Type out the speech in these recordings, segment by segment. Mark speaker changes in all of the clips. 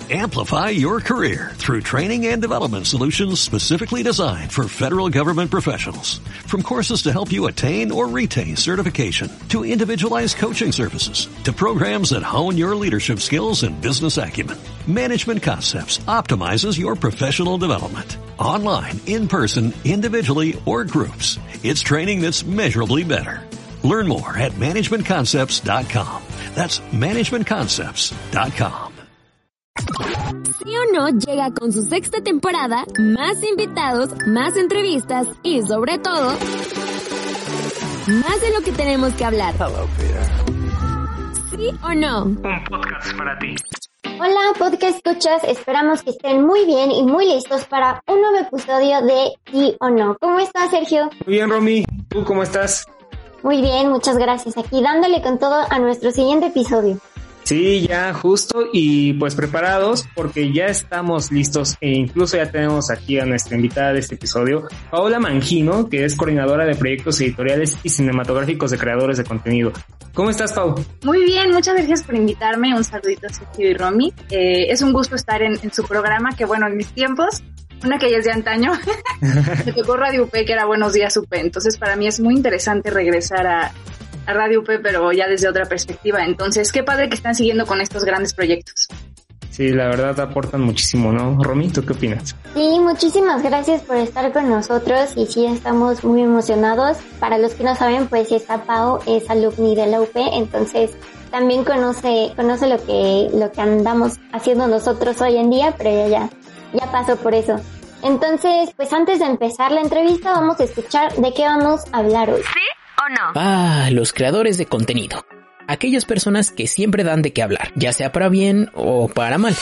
Speaker 1: Amplify your career through training and development solutions specifically designed for federal government professionals. From courses to help you attain or retain certification, to individualized coaching services, to programs that hone your leadership skills and business acumen, Management Concepts optimizes your professional development. Online, in person, individually, or groups, it's training that's measurably better. Learn more at managementconcepts.com. That's managementconcepts.com.
Speaker 2: Sí o No llega con su sexta temporada, más invitados, más entrevistas y sobre todo, más de lo que tenemos que hablar.
Speaker 3: Hello, Peter.
Speaker 2: ¿Sí o no?
Speaker 4: Un podcast para ti.
Speaker 5: Hola, podcast escuchas, esperamos que estén muy bien y muy listos para un nuevo episodio de Sí o No. ¿Cómo estás, Sergio?
Speaker 4: Muy bien, Romy. ¿Tú cómo estás?
Speaker 5: Muy bien, muchas gracias. Aquí dándole con todo a nuestro siguiente episodio.
Speaker 4: Sí, ya justo y pues preparados porque ya estamos listos e incluso ya tenemos aquí a nuestra invitada de este episodio, Paola Mangino, que es coordinadora de proyectos editoriales y cinematográficos de creadores de contenido. ¿Cómo estás, Pau?
Speaker 6: Muy bien, muchas gracias por invitarme. Un saludito a Sergio y Romy. Es un gusto estar en su programa, que bueno, en mis tiempos, una que ya es de antaño, me tocó Radio UP, que era Buenos Días UP, entonces para mí es muy interesante regresar a Radio UP, pero ya desde otra perspectiva. Entonces, qué padre que están siguiendo con estos grandes proyectos.
Speaker 4: Sí, la verdad aportan muchísimo, ¿no? Romy, ¿tú qué opinas?
Speaker 5: Sí, muchísimas gracias por estar con nosotros y sí, estamos muy emocionados. Para los que no saben, pues esta Pau es alumni de la UP, entonces también conoce lo que andamos haciendo nosotros hoy en día, pero ya pasó por eso. Entonces, pues antes de empezar la entrevista, vamos a escuchar de qué vamos a hablar hoy.
Speaker 2: ¿Sí o no?
Speaker 7: Los creadores de contenido. Aquellas personas que siempre dan de qué hablar, ya sea para bien o para mal.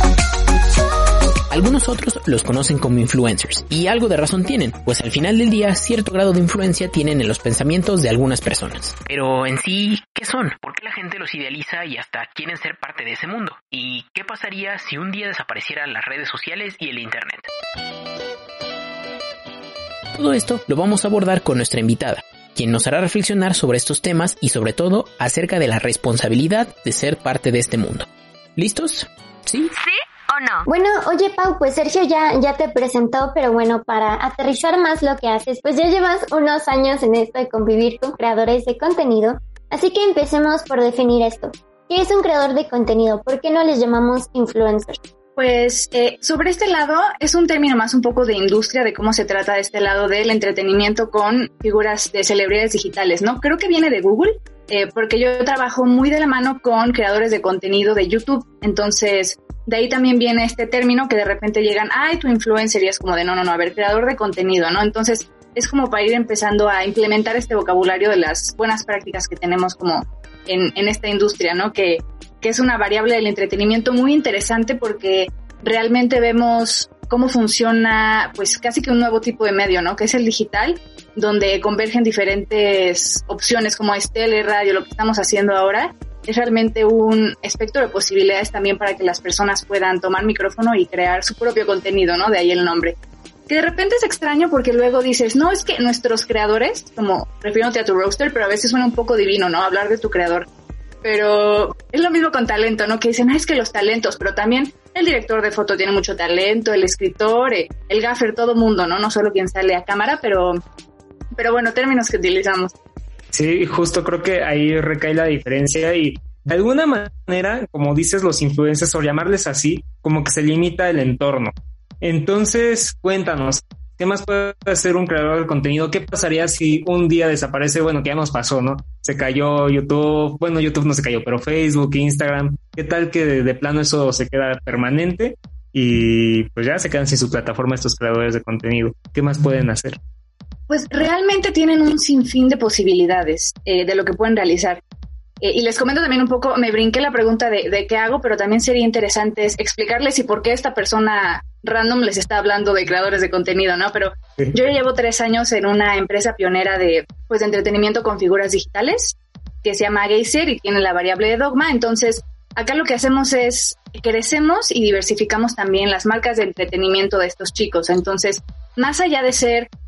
Speaker 7: Algunos otros los conocen como influencers, y algo de razón tienen, pues al final del día cierto grado de influencia tienen en los pensamientos de algunas personas. Pero en sí, ¿qué son? ¿Por qué la gente los idealiza y hasta quieren ser parte de ese mundo? ¿Y qué pasaría si un día desaparecieran las redes sociales y el internet? Todo esto lo vamos a abordar con nuestra invitada, quien nos hará reflexionar sobre estos temas y sobre todo acerca de la responsabilidad de ser parte de este mundo. ¿Listos? ¿Sí?
Speaker 2: ¿Sí o no?
Speaker 5: Bueno, oye Pau, pues Sergio ya te presentó, pero bueno, para aterrizar más lo que haces, pues ya llevas unos años en esto de convivir con creadores de contenido, así que empecemos por definir esto. ¿Qué es un creador de contenido? ¿Por qué no les llamamos influencers?
Speaker 6: Pues sobre este lado es un término más un poco de industria, de cómo se trata de este lado del entretenimiento con figuras de celebridades digitales, ¿no? Creo que viene de Google, porque yo trabajo muy de la mano con creadores de contenido de YouTube, entonces de ahí también viene este término que de repente llegan, ¡ay, tu influencer! Y es como de no, a ver, creador de contenido, ¿no? Entonces es como para ir empezando a implementar este vocabulario de las buenas prácticas que tenemos como en esta industria, ¿no? Que es una variable del entretenimiento muy interesante porque realmente vemos cómo funciona pues casi que un nuevo tipo de medio, ¿no? Que es el digital, donde convergen diferentes opciones como es tele, radio, lo que estamos haciendo ahora. Es realmente un espectro de posibilidades también para que las personas puedan tomar micrófono y crear su propio contenido, ¿no? De ahí el nombre. Que de repente es extraño porque luego dices, no, es que nuestros creadores, como refiriéndote a tu roaster, pero a veces suena un poco divino, ¿no? Hablar de tu creador. Pero es lo mismo con talento, ¿no? Que dicen, es que los talentos, pero también el director de foto tiene mucho talento, el escritor, el gaffer, todo mundo, ¿no? No solo quien sale a cámara, pero bueno, términos que utilizamos.
Speaker 4: Sí, justo creo que ahí recae la diferencia y de alguna manera, como dices, los influencers, o llamarles así, como que se limita el entorno. Entonces, cuéntanos, ¿qué más puede hacer un creador de contenido? ¿Qué pasaría si un día desaparece? Bueno, que ya nos pasó, ¿no? Se cayó YouTube, bueno, YouTube no se cayó, pero Facebook, Instagram. ¿Qué tal que de plano eso se queda permanente? Y pues ya se quedan sin su plataforma estos creadores de contenido. ¿Qué más pueden hacer?
Speaker 6: Pues realmente tienen un sinfín de posibilidades de lo que pueden realizar. Y les comento también un poco, me brinqué la pregunta de qué hago, pero también sería interesante explicarles y por qué esta persona random les está hablando de creadores de contenido, ¿no? Pero yo ya llevo 3 años en una empresa pionera de entretenimiento con figuras digitales que se llama Geyser y tiene la variable de Dogma. Entonces, acá lo que hacemos es crecemos y diversificamos también las marcas de entretenimiento de estos chicos. Entonces, más allá de ser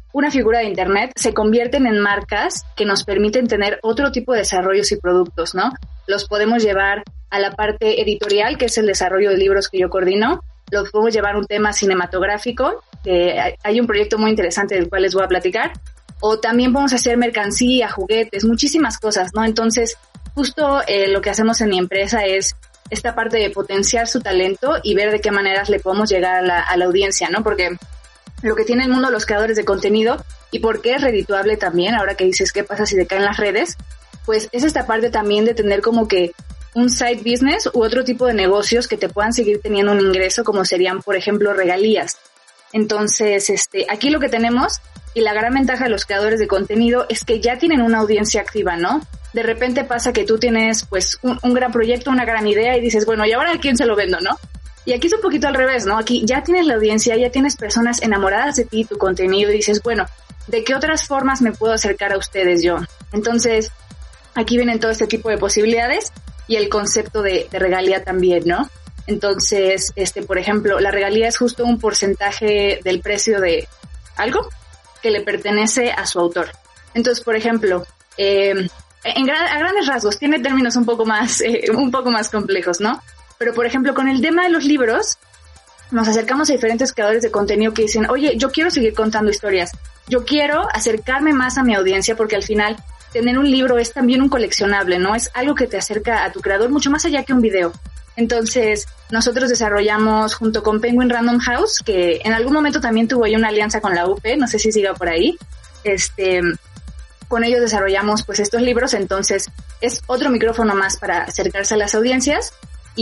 Speaker 6: una figura de Internet se convierten en marcas que nos permiten tener otro tipo de desarrollos y productos, ¿no? Los podemos llevar a la parte editorial, que es el desarrollo de libros que yo coordino. Los podemos llevar a un tema cinematográfico, que hay un proyecto muy interesante del cual les voy a platicar. O también podemos hacer mercancía, juguetes, muchísimas cosas, ¿no? Entonces, justo lo que hacemos en mi empresa es esta parte de potenciar su talento y ver de qué maneras le podemos llegar a la audiencia, ¿no? Porque lo que tiene el mundo los creadores de contenido y por qué es redituable también, ahora que dices qué pasa si te caen las redes, pues es esta parte también de tener como que un side business u otro tipo de negocios que te puedan seguir teniendo un ingreso, como serían, por ejemplo, regalías. Entonces, aquí lo que tenemos y la gran ventaja de los creadores de contenido es que ya tienen una audiencia activa, ¿no? De repente pasa que tú tienes pues un gran proyecto, una gran idea y dices, bueno, ¿y ahora a quién se lo vendo, no? Y aquí es un poquito al revés, ¿no? Aquí ya tienes la audiencia, ya tienes personas enamoradas de ti, tu contenido, y dices, bueno, ¿de qué otras formas me puedo acercar a ustedes yo? Entonces, aquí vienen todo este tipo de posibilidades y el concepto de regalía también, ¿no? Entonces, por ejemplo, la regalía es justo un porcentaje del precio de algo que le pertenece a su autor. Entonces, por ejemplo, a grandes rasgos, tiene términos un poco más complejos, ¿no? Pero, por ejemplo, con el tema de los libros, nos acercamos a diferentes creadores de contenido que dicen, oye, yo quiero seguir contando historias, yo quiero acercarme más a mi audiencia, porque al final tener un libro es también un coleccionable, ¿no? Es algo que te acerca a tu creador mucho más allá que un video. Entonces, nosotros desarrollamos junto con Penguin Random House, que en algún momento también tuvo ahí una alianza con la UP, no sé si siga por ahí, con ellos desarrollamos pues estos libros, entonces es otro micrófono más para acercarse a las audiencias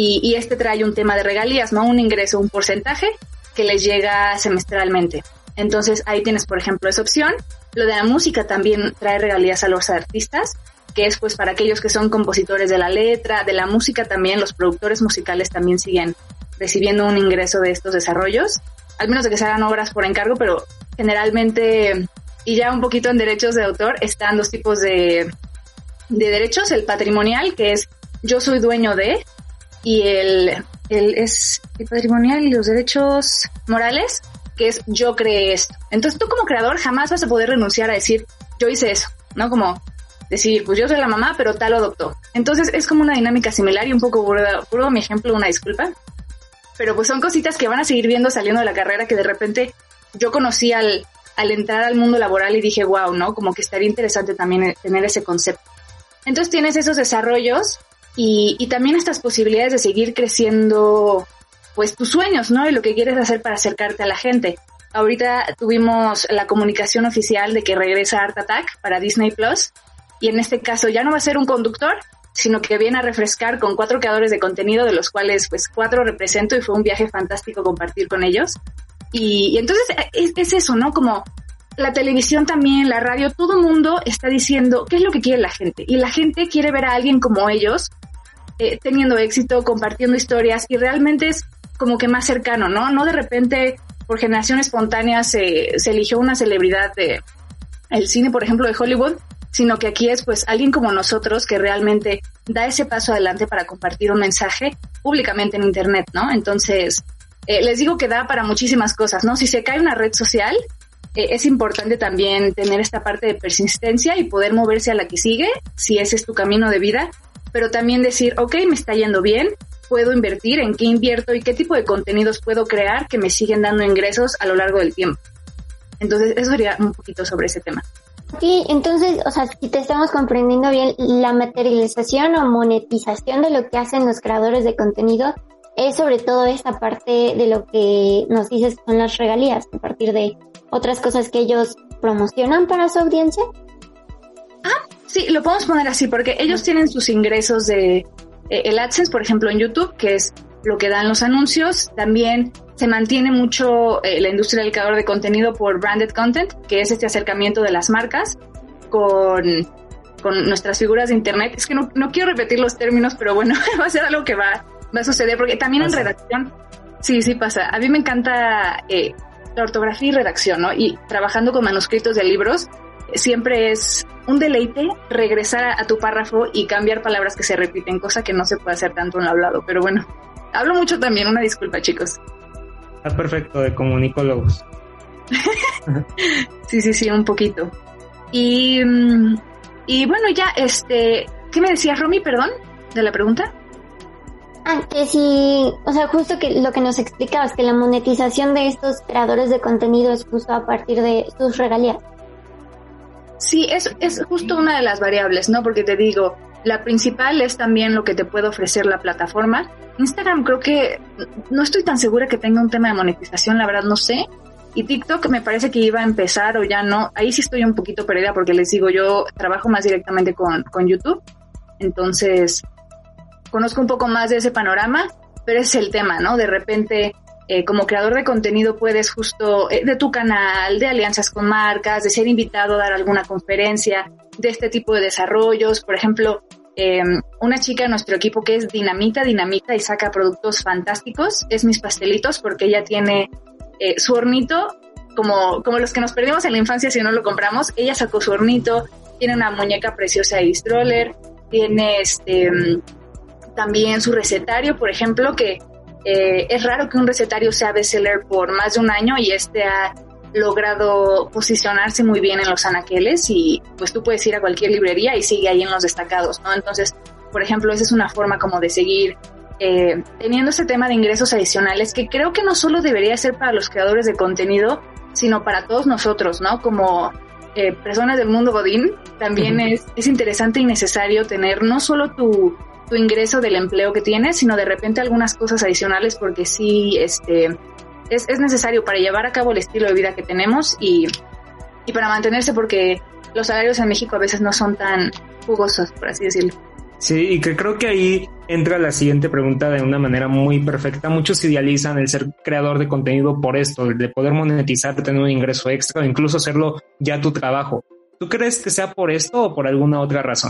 Speaker 6: y trae un tema de regalías, ¿no? Un ingreso, un porcentaje que les llega semestralmente. Entonces ahí tienes, por ejemplo, esa opción. Lo de la música también trae regalías a los artistas, que es pues para aquellos que son compositores de la letra, de la música también, los productores musicales también siguen recibiendo un ingreso de estos desarrollos, al menos de que se hagan obras por encargo, pero generalmente, y ya un poquito en derechos de autor, están dos tipos de derechos, el patrimonial, que es yo soy dueño de, y el patrimonial y los derechos morales, que es yo creé esto. Entonces tú como creador jamás vas a poder renunciar a decir yo hice eso, ¿no? Como decir, pues yo soy la mamá, pero tal lo adoptó. Entonces es como una dinámica similar y un poco burdo mi ejemplo, una disculpa. Pero pues son cositas que van a seguir viendo saliendo de la carrera que de repente yo conocí al entrar al mundo laboral y dije, wow, ¿no? Como que estaría interesante también tener ese concepto. Entonces tienes esos desarrollos y también estas posibilidades de seguir creciendo pues tus sueños, ¿no? Y lo que quieres hacer para acercarte a la gente. Ahorita tuvimos la comunicación oficial de que regresa Art Attack para Disney Plus. Y en este caso ya no va a ser un conductor, sino que viene a refrescar con 4 creadores de contenido, de los cuales pues 4 represento y fue un viaje fantástico compartir con ellos. Y entonces es eso, ¿no? Como la televisión también, la radio, todo mundo está diciendo qué es lo que quiere la gente. Y la gente quiere ver a alguien como ellos teniendo éxito, compartiendo historias y realmente es como que más cercano, ¿no? No de repente por generación espontánea se eligió una celebridad de el cine, por ejemplo, de Hollywood, sino que aquí es pues alguien como nosotros que realmente da ese paso adelante para compartir un mensaje públicamente en internet, ¿no? Entonces, les digo que da para muchísimas cosas, ¿no? Si se cae una red social, es importante también tener esta parte de persistencia y poder moverse a la que sigue, si ese es tu camino de vida, pero también decir, ok, me está yendo bien, puedo invertir, en qué invierto y qué tipo de contenidos puedo crear que me siguen dando ingresos a lo largo del tiempo. Entonces, eso sería un poquito sobre ese tema.
Speaker 5: Sí, entonces, o sea, si te estamos comprendiendo bien, la materialización o monetización de lo que hacen los creadores de contenido es sobre todo esta parte de lo que nos dices son las regalías, a partir de otras cosas que ellos promocionan para su audiencia.
Speaker 6: Sí, lo podemos poner así, porque ellos tienen sus ingresos de el AdSense, por ejemplo, en YouTube, que es lo que dan los anuncios. También se mantiene mucho la industria del creador de contenido por branded content, que es este acercamiento de las marcas con nuestras figuras de internet. Es que no quiero repetir los términos, pero bueno, va a ser algo que va a suceder, porque también en redacción, sí pasa. A mí me encanta la ortografía y redacción, ¿no? Y trabajando con manuscritos de libros, siempre es un deleite regresar a tu párrafo y cambiar palabras que se repiten, cosa que no se puede hacer tanto en lo hablado. Pero bueno, hablo mucho también, una disculpa, chicos.
Speaker 4: Está perfecto, de comunicólogos.
Speaker 6: Sí, un poquito. Y bueno, ya, ¿qué me decías, Romy, perdón, de la pregunta?
Speaker 5: Que sí, o sea, justo que lo que nos explicabas, que la monetización de estos creadores de contenido es justo a partir de sus regalías.
Speaker 6: Sí, es justo una de las variables, ¿no? Porque te digo, la principal es también lo que te puede ofrecer la plataforma. Instagram creo que no estoy tan segura que tenga un tema de monetización, la verdad no sé. Y TikTok me parece que iba a empezar o ya no. Ahí sí estoy un poquito perdida porque les digo, yo trabajo más directamente con YouTube. Entonces, conozco un poco más de ese panorama, pero ese es el tema, ¿no? De repente, como creador de contenido puedes justo de tu canal, de alianzas con marcas, de ser invitado a dar alguna conferencia, de este tipo de desarrollos. Por ejemplo, una chica en nuestro equipo que es Dinamita y saca productos fantásticos, es Mis Pastelitos, porque ella tiene su hornito, como los que nos perdimos en la infancia si no lo compramos. Ella sacó su hornito, tiene una muñeca preciosa de stroller, tiene también su recetario, por ejemplo, que es raro que un recetario sea bestseller por más de un año y ha logrado posicionarse muy bien en los anaqueles y pues tú puedes ir a cualquier librería y sigue ahí en los destacados, ¿no? Entonces, por ejemplo, esa es una forma como de seguir teniendo ese tema de ingresos adicionales que creo que no solo debería ser para los creadores de contenido, sino para todos nosotros, ¿no? Como personas del mundo godín, también es interesante y necesario tener no solo tu ingreso del empleo que tienes, sino de repente algunas cosas adicionales porque sí, es necesario para llevar a cabo el estilo de vida que tenemos y para mantenerse, porque los salarios en México a veces no son tan jugosos, por así decirlo.
Speaker 4: Sí, y que creo que ahí entra la siguiente pregunta de una manera muy perfecta. Muchos idealizan el ser creador de contenido por esto, de poder monetizar, tener un ingreso extra o incluso hacerlo ya tu trabajo. ¿Tú crees que sea por esto o por alguna otra razón?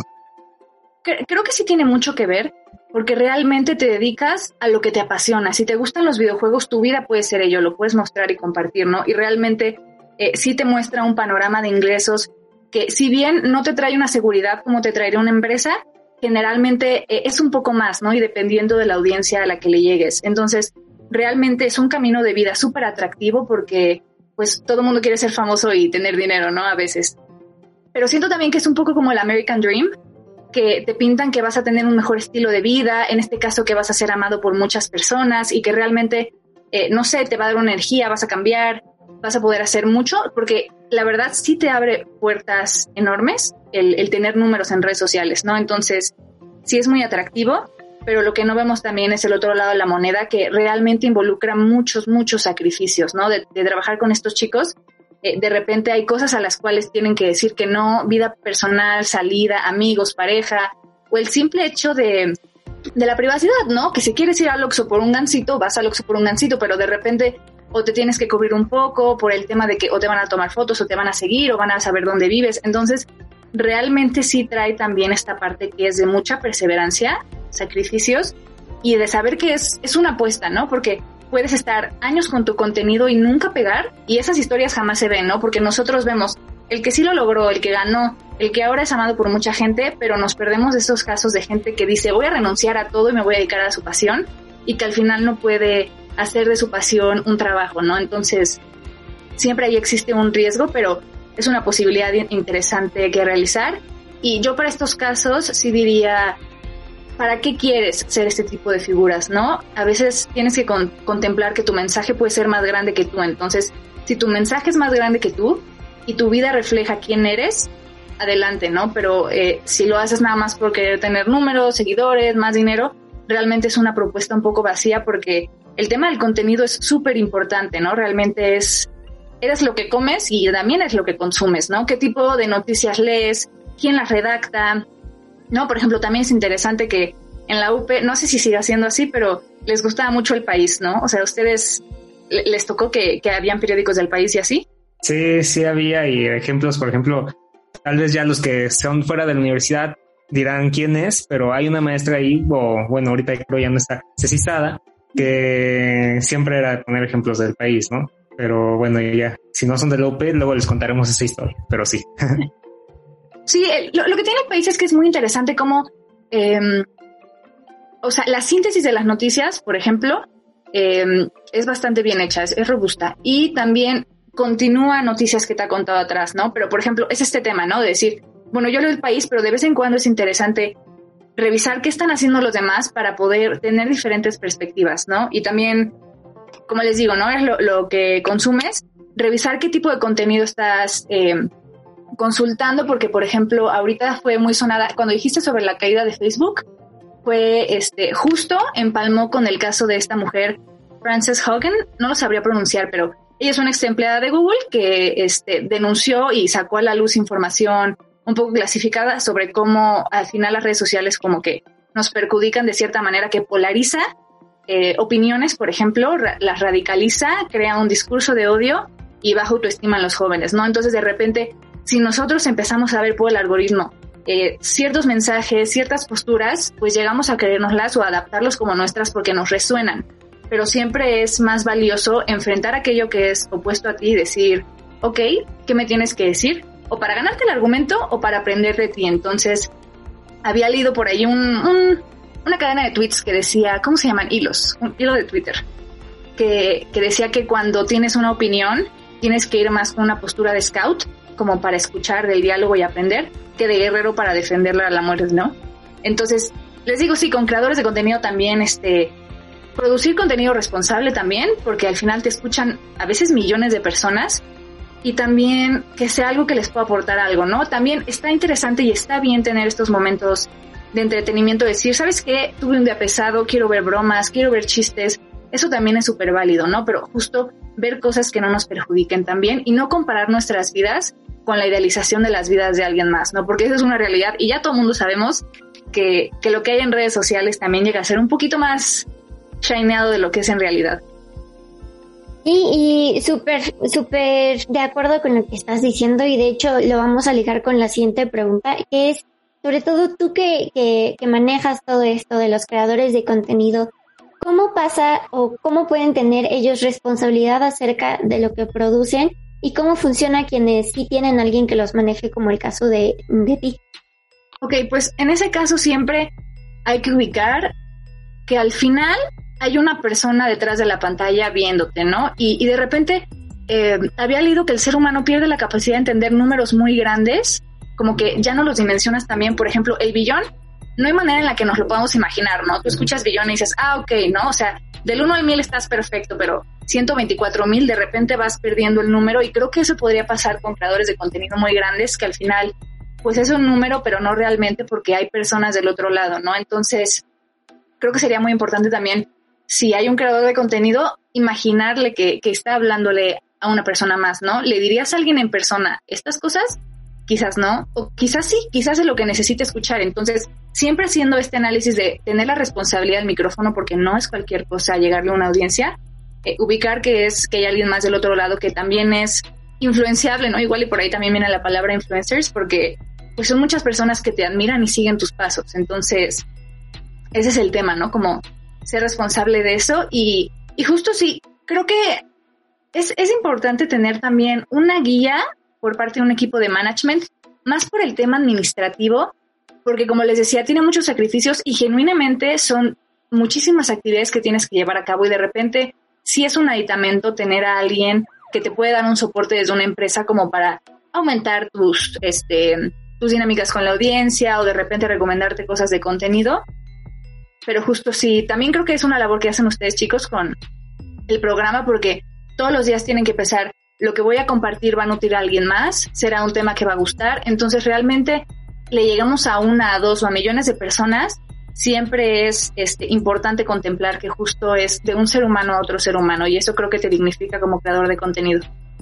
Speaker 6: Creo que sí tiene mucho que ver, porque realmente te dedicas a lo que te apasiona. Si te gustan los videojuegos, tu vida puede ser ello, lo puedes mostrar y compartir, ¿no? Y realmente sí te muestra un panorama de ingresos que, si bien no te trae una seguridad como te traería una empresa, generalmente es un poco más, ¿no? Y dependiendo de la audiencia a la que le llegues. Entonces, realmente es un camino de vida súper atractivo porque, pues, todo el mundo quiere ser famoso y tener dinero, ¿no? A veces. Pero siento también que es un poco como el American Dream, que te pintan que vas a tener un mejor estilo de vida, en este caso que vas a ser amado por muchas personas y que realmente, no sé, te va a dar una energía, vas a cambiar, vas a poder hacer mucho, porque la verdad sí te abre puertas enormes el tener números en redes sociales, ¿no? Entonces, sí es muy atractivo, pero lo que no vemos también es el otro lado de la moneda, que realmente involucra muchos sacrificios, ¿no? De trabajar con estos chicos. De repente hay cosas a las cuales tienen que decir que no, vida personal, salida, amigos, pareja, o el simple hecho de la privacidad, ¿no? Que si quieres ir al Oxxo por un gansito, vas al Oxxo por un gansito, pero de repente o te tienes que cubrir un poco por el tema de que o te van a tomar fotos o te van a seguir o van a saber dónde vives. Entonces, realmente sí trae también esta parte que es de mucha perseverancia, sacrificios y de saber que es una apuesta, ¿no? Porque puedes estar años con tu contenido y nunca pegar, y esas historias jamás se ven, ¿no? Porque nosotros vemos el que sí lo logró, el que ganó, el que ahora es amado por mucha gente, pero nos perdemos de esos casos de gente que dice voy a renunciar a todo y me voy a dedicar a su pasión, y que al final no puede hacer de su pasión un trabajo, ¿no? Entonces, siempre ahí existe un riesgo, pero es una posibilidad interesante que realizar. Y yo para estos casos sí diría, ¿para qué quieres ser este tipo de figuras, no? A veces tienes que contemplar que tu mensaje puede ser más grande que tú. Entonces, si tu mensaje es más grande que tú y tu vida refleja quién eres, adelante, ¿no? Pero si lo haces nada más por querer tener números, seguidores, más dinero, realmente es una propuesta un poco vacía, porque el tema del contenido es súper importante, ¿no? Realmente eres lo que comes y también es lo que consumes, ¿no? ¿Qué tipo de noticias lees? ¿Quién las redacta? No, por ejemplo, también es interesante que en la UP, no sé si sigue siendo así, pero les gustaba mucho El País, ¿no? O sea, ¿a ustedes les tocó que habían periódicos del País y así?
Speaker 4: Sí había, y ejemplos, por ejemplo, tal vez ya los que son fuera de la universidad dirán quién es, pero hay una maestra ahí, o bueno, ahorita creo ya no está, Ceci Sada, que siempre era poner ejemplos del País, ¿no? Pero bueno, ya, si no son de la UP, luego les contaremos esa historia, pero sí.
Speaker 6: Sí, lo que tiene El País es que es muy interesante cómo, o sea, la síntesis de las noticias, por ejemplo, es bastante bien hecha, es robusta. Y también continúa noticias que te ha contado atrás, ¿no? Pero, por ejemplo, es este tema, ¿no? De decir, bueno, yo leo El País, pero de vez en cuando es interesante revisar qué están haciendo los demás para poder tener diferentes perspectivas, ¿no? Y también, como les digo, ¿no? Es lo que consumes, revisar qué tipo de contenido estás consultando, porque, por ejemplo, ahorita fue muy sonada, cuando dijiste sobre la caída de Facebook, fue justo empalmó con el caso de esta mujer, Frances Haugen, no lo sabría pronunciar, pero ella es una ex empleada de Google que denunció y sacó a la luz información un poco clasificada sobre cómo al final las redes sociales como que nos perjudican de cierta manera, que polariza opiniones, por ejemplo, las radicaliza, crea un discurso de odio y baja autoestima en los jóvenes, ¿no? Entonces, de repente, si nosotros empezamos a ver por el algoritmo ciertos mensajes, ciertas posturas, pues llegamos a creérnoslas o a adaptarlos como nuestras porque nos resuenan. Pero siempre es más valioso enfrentar aquello que es opuesto a ti y decir, ok, ¿qué me tienes que decir? O para ganarte el argumento o para aprender de ti. Entonces, había leído por ahí una cadena de tweets que decía, ¿cómo se llaman? Hilos, un hilo de Twitter, que decía que cuando tienes una opinión, tienes que ir más con una postura de scout, como para escuchar del diálogo y aprender, que de guerrero para defenderla a la muerte, ¿no? Entonces, les digo, sí, con creadores de contenido también, producir contenido responsable también, porque al final te escuchan a veces millones de personas, y también que sea algo que les pueda aportar algo, ¿no? También está interesante y está bien tener estos momentos de entretenimiento, decir, ¿sabes qué? Tuve un día pesado, quiero ver bromas, quiero ver chistes, eso también es súper válido, ¿no? Pero justo ver cosas que no nos perjudiquen también y no comparar nuestras vidas con la idealización de las vidas de alguien más, ¿no? Porque esa es una realidad y ya todo el mundo sabemos que lo que hay en redes sociales también llega a ser un poquito más shineado de lo que es en realidad.
Speaker 5: Sí, y súper de acuerdo con lo que estás diciendo, y de hecho lo vamos a ligar con la siguiente pregunta, que es, sobre todo tú que manejas todo esto de los creadores de contenido, ¿cómo pasa o cómo pueden tener ellos responsabilidad acerca de lo que producen y cómo funciona quienes sí tienen a alguien que los maneje, como el caso de ti?
Speaker 6: Ok, pues en ese caso siempre hay que ubicar que al final hay una persona detrás de la pantalla viéndote, ¿no? Y de repente había leído que el ser humano pierde la capacidad de entender números muy grandes, como que ya no los dimensionas también. Por ejemplo, el billón, no hay manera en la que nos lo podamos imaginar, ¿no? Tú escuchas billón y dices, ok, ¿no? O sea, del 1 al 1000 estás perfecto, pero 124,000 de repente vas perdiendo el número, y creo que eso podría pasar con creadores de contenido muy grandes, que al final, pues es un número, pero no realmente, porque hay personas del otro lado, ¿no? Entonces, creo que sería muy importante también, si hay un creador de contenido, imaginarle que está hablándole a una persona más, ¿no? ¿Le dirías a alguien en persona estas cosas? Quizás no, o quizás sí, quizás es lo que necesita escuchar. Entonces, siempre haciendo este análisis de tener la responsabilidad del micrófono, porque no es cualquier cosa llegarle a una audiencia, ubicar que hay alguien más del otro lado que también es influenciable, ¿no? Igual y por ahí también viene la palabra influencers, porque pues son muchas personas que te admiran y siguen tus pasos. Entonces, ese es el tema, ¿no? Como ser responsable de eso, y justo sí, creo que es importante tener también una guía por parte de un equipo de management, más por el tema administrativo, porque como les decía, tiene muchos sacrificios y genuinamente son muchísimas actividades que tienes que llevar a cabo, y de repente sí es un aditamento tener a alguien que te puede dar un soporte desde una empresa como para aumentar tus dinámicas con la audiencia, o de repente recomendarte cosas de contenido. Pero justo sí, también creo que es una labor que hacen ustedes, chicos, con el programa, porque todos los días tienen que pensar, lo que voy a compartir va a nutrir a alguien más, será un tema que va a gustar. Entonces realmente le llegamos a 1, a 2 o a millones de personas. Siempre es importante contemplar que justo es de un ser humano a otro ser humano, y eso creo que te dignifica como creador de contenido.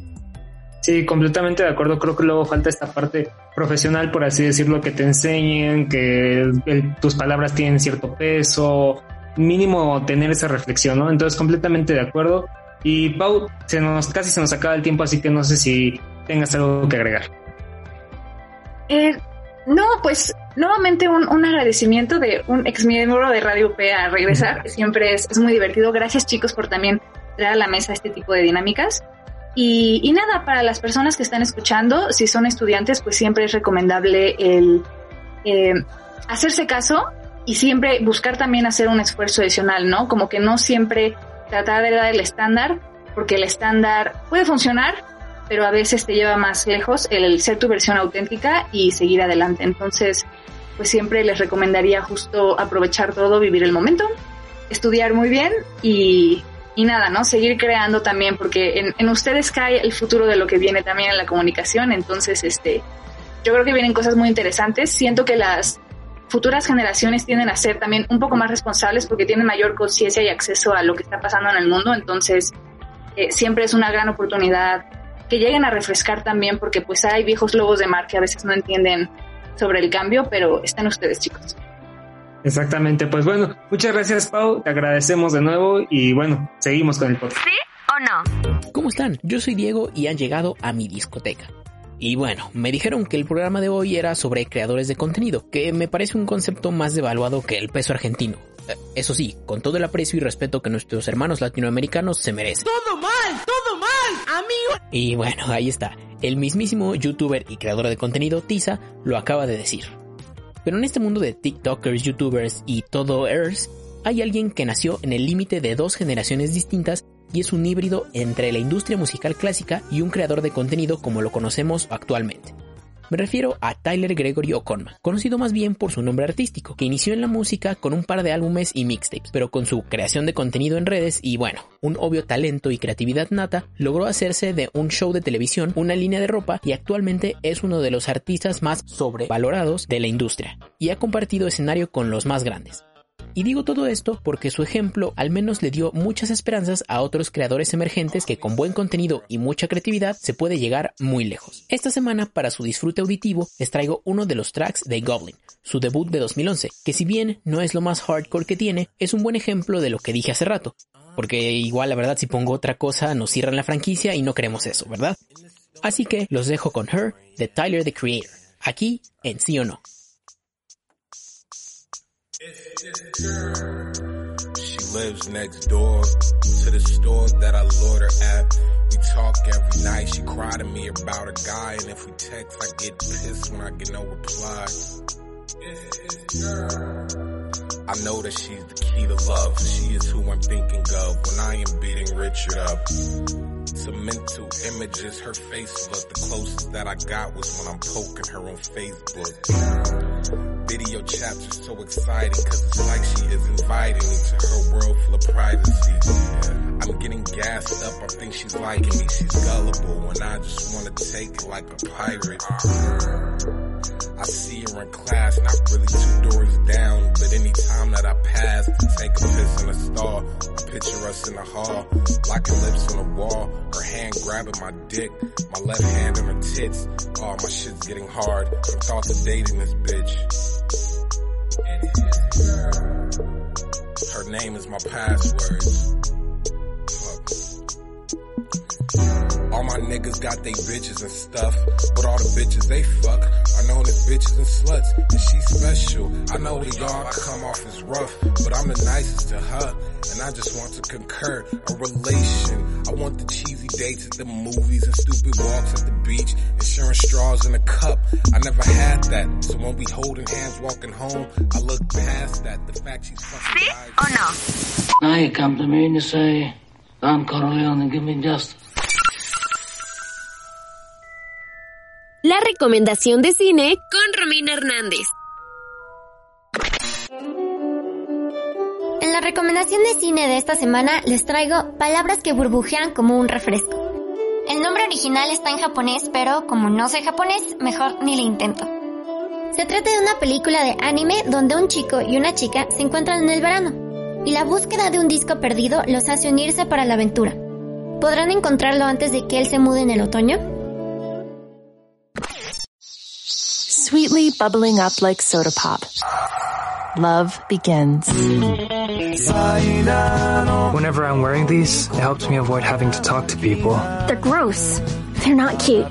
Speaker 4: Sí, completamente de acuerdo. Creo que luego falta esta parte profesional, por así decirlo, que te enseñen que tus palabras tienen cierto peso, mínimo tener esa reflexión, ¿no? Entonces, completamente de acuerdo. Y Pau, casi se nos acaba el tiempo, así que no sé si tengas algo que agregar.
Speaker 6: No, pues nuevamente un agradecimiento de un ex miembro de Radio UP a regresar. Siempre es muy divertido. Gracias, chicos, por también traer a la mesa este tipo de dinámicas. Y nada, para las personas que están escuchando, si son estudiantes, pues siempre es recomendable el hacerse caso, y siempre buscar también hacer un esfuerzo adicional, ¿no? Como que no siempre tratar de dar el estándar, porque el estándar puede funcionar, pero a veces te lleva más lejos el ser tu versión auténtica y seguir adelante. Entonces, pues siempre les recomendaría justo aprovechar todo, vivir el momento, estudiar muy bien y nada, ¿no? Seguir creando también, porque en ustedes cae el futuro de lo que viene también en la comunicación. Entonces, yo creo que vienen cosas muy interesantes. Siento que las futuras generaciones tienden a ser también un poco más responsables porque tienen mayor conciencia y acceso a lo que está pasando en el mundo. Entonces, siempre es una gran oportunidad que lleguen a refrescar también, porque pues hay viejos lobos de mar que a veces no entienden sobre el cambio, pero están ustedes, chicos.
Speaker 4: Exactamente, pues bueno, muchas gracias, Pau, te agradecemos de nuevo y bueno, seguimos con el podcast.
Speaker 2: ¿Sí o no?
Speaker 7: ¿Cómo están? Yo soy Diego y han llegado a mi discoteca. Y bueno, me dijeron que el programa de hoy era sobre creadores de contenido, que me parece un concepto más devaluado que el peso argentino. Eso sí, con todo el aprecio y respeto que nuestros hermanos latinoamericanos se merecen. ¡Todo mal, amigo! Y bueno, ahí está. El mismísimo youtuber y creador de contenido, Tiza, lo acaba de decir. Pero en este mundo de TikTokers, YouTubers y todo Earth, hay alguien que nació en el límite de dos generaciones distintas y es un híbrido entre la industria musical clásica y un creador de contenido como lo conocemos actualmente. Me refiero a Tyler Gregory Okonma, conocido más bien por su nombre artístico, que inició en la música con un par de álbumes y mixtapes, pero con su creación de contenido en redes y bueno, un obvio talento y creatividad nata, logró hacerse de un show de televisión, una línea de ropa y actualmente es uno de los artistas más sobrevalorados de la industria y ha compartido escenario con los más grandes. Y digo todo esto porque su ejemplo al menos le dio muchas esperanzas a otros creadores emergentes que con buen contenido y mucha creatividad se puede llegar muy lejos. Esta semana, para su disfrute auditivo, les traigo uno de los tracks de Goblin, su debut de 2011, que si bien no es lo más hardcore que tiene, es un buen ejemplo de lo que dije hace rato. Porque igual la verdad si pongo otra cosa nos cierran la franquicia y no queremos eso, ¿verdad? Así que los dejo con Her de Tyler the Creator, aquí en Sí o No.
Speaker 3: She lives next door to the store that I lured her at. We talk every night, she cry to me about a guy, and if we text I get pissed when I get no reply. I know that she's the key to love, she is who I'm thinking of when I am beating Richard up. Some mental images, her Facebook, the closest that I got was when I'm poking her on Facebook. Video chats are so exciting cause it's like she is inviting me to her world full of privacy. I'm getting gassed up, I think she's liking me, she's gullible and I just wanna take it like a pirate. I see her in class, not really 2 doors down, but anytime that I pass to take a piss in a stall, I picture us in the hall, locking lips on the wall, her hand grabbing my dick, my left hand on her tits. Oh, my shit's getting hard, I'm thoughts of dating this bitch. Her name is my password. All my niggas got they bitches and stuff, but all the bitches they fuck are known as bitches and sluts, and she's special. I know to y'all I come off as rough, but I'm the nicest to her, and I just want to concur a relation. I want the cheesy dates at the movies and stupid walks at the beach and sharing straws in a cup. I never had that, so when we holding hands walking home, I look past that. The fact she's fucking
Speaker 2: ¿Sí o no?
Speaker 8: Now you come to me and you say, Don Corleone, and give me justice.
Speaker 2: La recomendación de cine con Romina Hernández.
Speaker 5: En la recomendación de cine de esta semana les traigo Palabras que burbujean como un refresco. El nombre original está en japonés, pero como no sé japonés, mejor ni lo intento. Se trata de una película de anime donde un chico y una chica se encuentran en el verano, y la búsqueda de un disco perdido los hace unirse para la aventura. ¿Podrán encontrarlo antes de que él se mude en el otoño?
Speaker 9: Sweetly bubbling up like soda pop. Love begins.
Speaker 10: Whenever I'm wearing these, it helps me avoid having to talk to people.
Speaker 11: They're gross. They're not cute.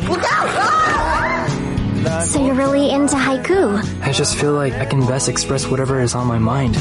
Speaker 11: So you're really into haiku?
Speaker 10: I just feel like I can best express whatever is on my mind.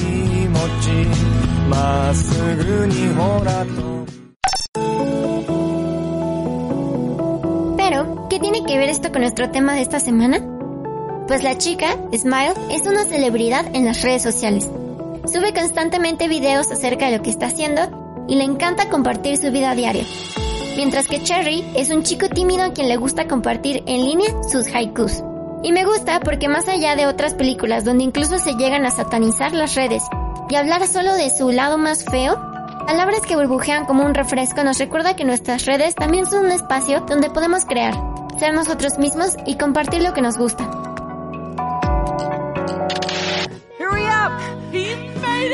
Speaker 5: Pero, ¿qué tiene que ver esto con nuestro tema de esta semana? Pues la chica, Smile, es una celebridad en las redes sociales. Sube constantemente videos acerca de lo que está haciendo y le encanta compartir su vida diaria. mientras que Cherry es un chico tímido a quien le gusta compartir en línea sus haikus. Y me gusta porque más allá de otras películas donde incluso se llegan a satanizar las redes y hablar solo de su lado más feo, Palabras que burbujean como un refresco nos recuerda que nuestras redes también son un espacio donde podemos crear, ser nosotros mismos y compartir lo que nos gusta.
Speaker 12: Hurry up! He's made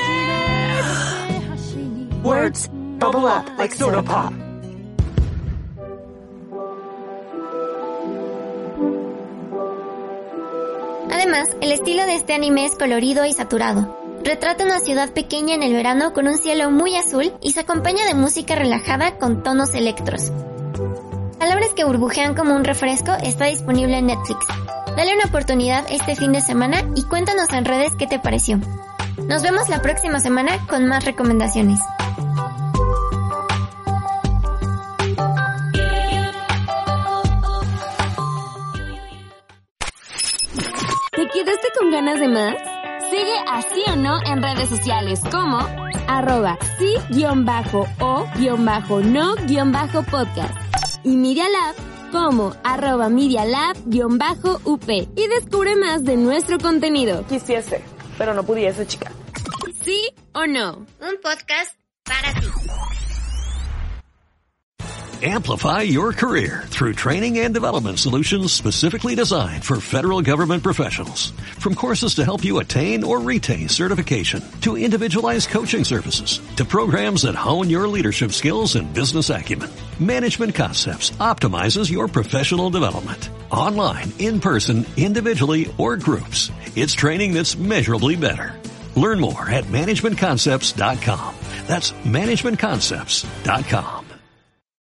Speaker 12: it! Words bubble up like soda pop.
Speaker 5: Además, el estilo de este anime es colorido y saturado. Retrata una ciudad pequeña en el verano con un cielo muy azul y se acompaña de música relajada con tonos electros. Palabras que burbujean como un refresco está disponible en Netflix. Dale una oportunidad este fin de semana y cuéntanos en redes qué te pareció. Nos vemos la próxima semana con más recomendaciones.
Speaker 2: ¿Te quedaste con ganas de más? Sigue a Sí o No en redes sociales como @sí_o_no_podcast y Media Lab como @medialab_up y descubre más de nuestro contenido.
Speaker 12: Quisiese, pero no pudiese, chica.
Speaker 2: ¿Sí o No?
Speaker 5: Un podcast para ti.
Speaker 1: Amplify your career through training and development solutions specifically designed for federal government professionals. From courses to help you attain or retain certification, to individualized coaching services, to programs that hone your leadership skills and business acumen, Management Concepts optimizes your professional development. Online, in person, individually, or groups, it's training that's measurably better. Learn more at managementconcepts.com. That's managementconcepts.com.